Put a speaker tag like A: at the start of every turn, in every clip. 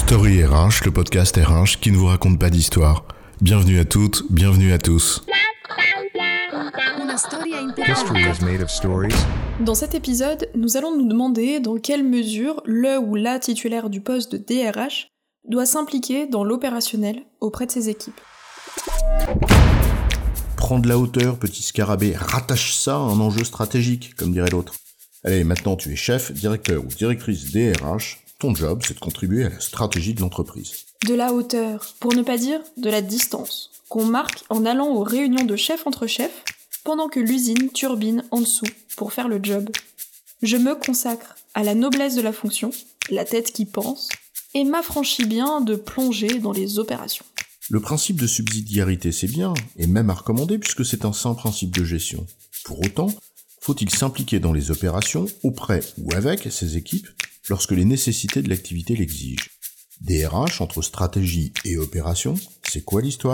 A: Story RH, le podcast RH qui ne vous raconte pas d'histoire. Bienvenue à toutes, bienvenue à tous.
B: History is made of stories.
C: Dans cet épisode, nous allons nous demander dans quelle mesure le ou la titulaire du poste de DRH doit s'impliquer dans l'opérationnel auprès de ses équipes.
D: Prends de la hauteur, petit scarabée, rattache ça à un enjeu stratégique, comme dirait l'autre. Allez, maintenant tu es chef, directeur ou directrice DRH, ton job c'est de contribuer à la stratégie de l'entreprise.
C: De la hauteur, pour ne pas dire de la distance, qu'on marque en allant aux réunions de chef entre chefs, pendant que l'usine turbine en dessous pour faire le job. Je me consacre à la noblesse de la fonction, la tête qui pense, et m'affranchis bien de plonger dans les opérations.
D: Le principe de subsidiarité c'est bien, et même à recommander puisque c'est un sain principe de gestion. Pour autant, faut-il s'impliquer dans les opérations auprès ou avec ses équipes lorsque les nécessités de l'activité l'exigent. DRH entre stratégie et opération, c'est quoi l'histoire ?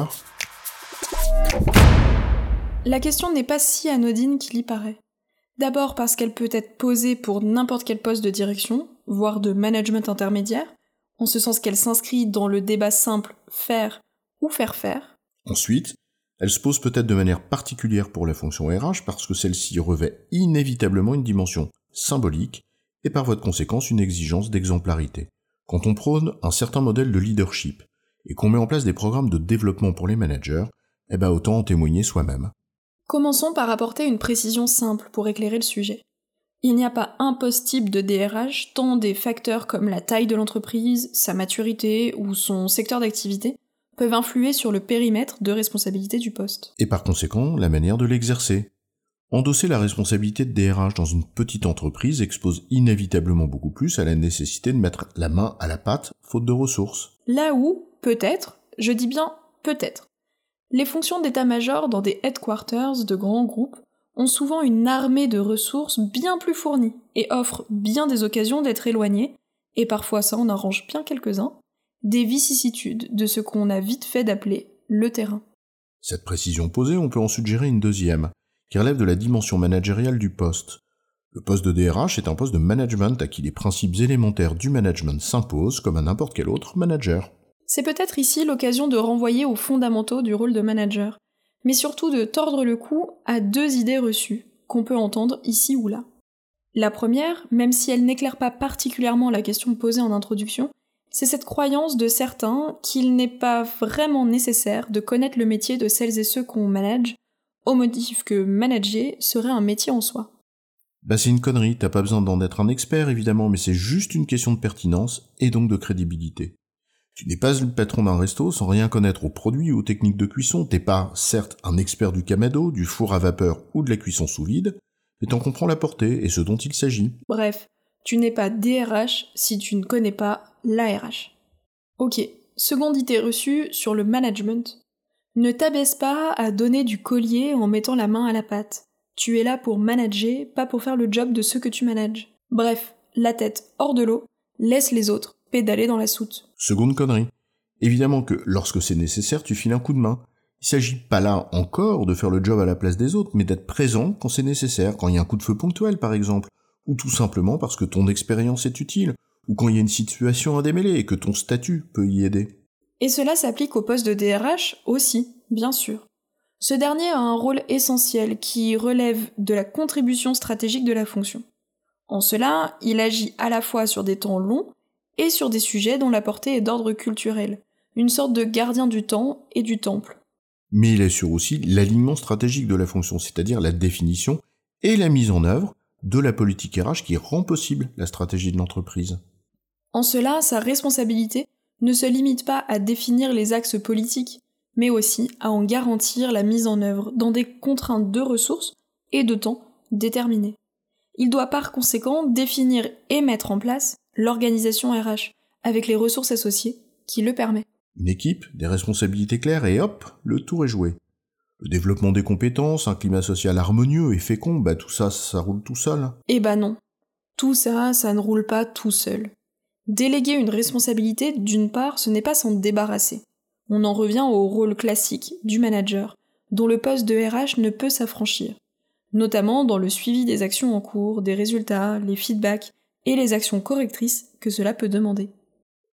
C: La question n'est pas si anodine qu'il y paraît. D'abord parce qu'elle peut être posée pour n'importe quel poste de direction, voire de management intermédiaire, en ce sens qu'elle s'inscrit dans le débat simple faire ou faire faire.
D: Ensuite, elle se pose peut-être de manière particulière pour la fonction RH parce que celle-ci revêt inévitablement une dimension symbolique et par voie de conséquence une exigence d'exemplarité. Quand on prône un certain modèle de leadership et qu'on met en place des programmes de développement pour les managers, autant en témoigner soi-même.
C: Commençons par apporter une précision simple pour éclairer le sujet. Il n'y a pas un poste type de DRH, tant des facteurs comme la taille de l'entreprise, sa maturité ou son secteur d'activité peuvent influer sur le périmètre de responsabilité du poste.
D: Et par conséquent, la manière de l'exercer. Endosser la responsabilité de DRH dans une petite entreprise expose inévitablement beaucoup plus à la nécessité de mettre la main à la pâte, faute de ressources.
C: Là où, peut-être, je dis bien peut-être, les fonctions d'état-major dans des headquarters de grands groupes ont souvent une armée de ressources bien plus fournies et offrent bien des occasions d'être éloignés, et parfois ça en arrange bien quelques-uns, des vicissitudes de ce qu'on a vite fait d'appeler le terrain.
D: Cette précision posée, on peut en suggérer une deuxième, qui relève de la dimension managériale du poste. Le poste de DRH est un poste de management à qui les principes élémentaires du management s'imposent comme à n'importe quel autre manager.
C: C'est peut-être ici l'occasion de renvoyer aux fondamentaux du rôle de manager, mais surtout de tordre le cou à deux idées reçues, qu'on peut entendre ici ou là. La première, même si elle n'éclaire pas particulièrement la question posée en introduction, c'est cette croyance de certains qu'il n'est pas vraiment nécessaire de connaître le métier de celles et ceux qu'on manage, au motif que manager serait un métier en soi.
D: C'est une connerie, t'as pas besoin d'en être un expert évidemment, mais c'est juste une question de pertinence et donc de crédibilité. Tu n'es pas le patron d'un resto sans rien connaître aux produits ou aux techniques de cuisson, t'es pas, certes, un expert du kamado, du four à vapeur ou de la cuisson sous vide, mais t'en comprends la portée et ce dont il s'agit.
C: Bref, tu n'es pas DRH si tu ne connais pas l'ARH. Ok, seconde idée reçue sur le management. Ne t'abaisse pas à donner du collier en mettant la main à la pâte. Tu es là pour manager, pas pour faire le job de ceux que tu manages. Bref, la tête hors de l'eau, laisse les autres pédaler dans la soute.
D: Seconde connerie. Évidemment que lorsque c'est nécessaire, tu files un coup de main. Il s'agit pas là encore de faire le job à la place des autres, mais d'être présent quand c'est nécessaire, quand il y a un coup de feu ponctuel par exemple, ou tout simplement parce que ton expérience est utile, ou quand il y a une situation à démêler et que ton statut peut y aider.
C: Et cela s'applique au poste de DRH aussi, bien sûr. Ce dernier a un rôle essentiel qui relève de la contribution stratégique de la fonction. En cela, il agit à la fois sur des temps longs et sur des sujets dont la portée est d'ordre culturel, une sorte de gardien du temps et du temple.
D: Mais il assure aussi l'alignement stratégique de la fonction, c'est-à-dire la définition et la mise en œuvre de la politique RH qui rend possible la stratégie de l'entreprise.
C: En cela, sa responsabilité ne se limite pas à définir les axes politiques, mais aussi à en garantir la mise en œuvre dans des contraintes de ressources et de temps déterminées. Il doit par conséquent définir et mettre en place l'organisation RH, avec les ressources associées qui le permet.
D: Une équipe, des responsabilités claires et hop, le tour est joué. Le développement des compétences, un climat social harmonieux et fécond, tout ça, ça roule tout seul.
C: Non. Tout ça, ça ne roule pas tout seul. Déléguer une responsabilité, d'une part, ce n'est pas s'en débarrasser. On en revient au rôle classique du manager, dont le poste de RH ne peut s'affranchir, notamment dans le suivi des actions en cours, des résultats, les feedbacks et les actions correctrices que cela peut demander.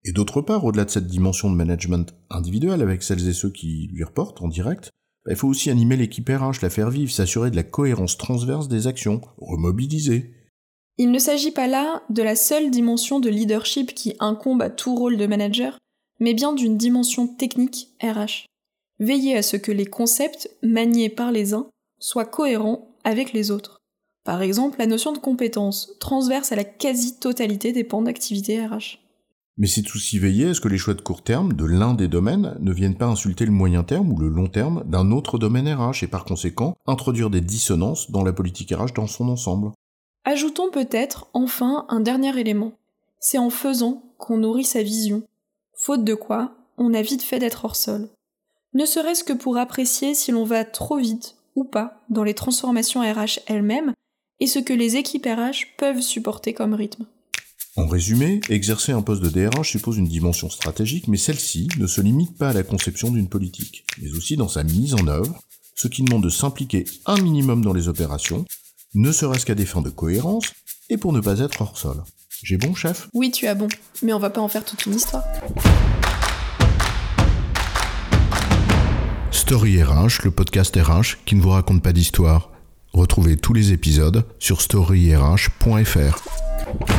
D: Et d'autre part, au-delà de cette dimension de management individuel avec celles et ceux qui lui reportent en direct, il faut aussi animer l'équipe RH, la faire vivre, s'assurer de la cohérence transverse des actions, remobiliser.
C: Il ne s'agit pas là de la seule dimension de leadership qui incombe à tout rôle de manager, mais bien d'une dimension technique RH. Veiller à ce que les concepts maniés par les uns soient cohérents avec les autres. Par exemple, la notion de compétence, transverse à la quasi-totalité des pans d'activité RH.
D: Mais c'est aussi veiller à ce que les choix de court terme de l'un des domaines ne viennent pas insulter le moyen terme ou le long terme d'un autre domaine RH et par conséquent introduire des dissonances dans la politique RH dans son ensemble.
C: Ajoutons peut-être enfin un dernier élément. C'est en faisant qu'on nourrit sa vision. Faute de quoi, on a vite fait d'être hors sol. Ne serait-ce que pour apprécier si l'on va trop vite ou pas dans les transformations RH elles-mêmes et ce que les équipes RH peuvent supporter comme rythme.
D: En résumé, exercer un poste de DRH suppose une dimension stratégique, mais celle-ci ne se limite pas à la conception d'une politique, mais aussi dans sa mise en œuvre, ce qui demande de s'impliquer un minimum dans les opérations, ne serait-ce qu'à des fins de cohérence, et pour ne pas être hors sol. J'ai bon, chef ?
C: Oui, tu as bon, mais on va pas en faire toute une histoire.
A: Story RH, le podcast RH qui ne vous raconte pas d'histoire. Retrouvez tous les épisodes sur storyrh.fr.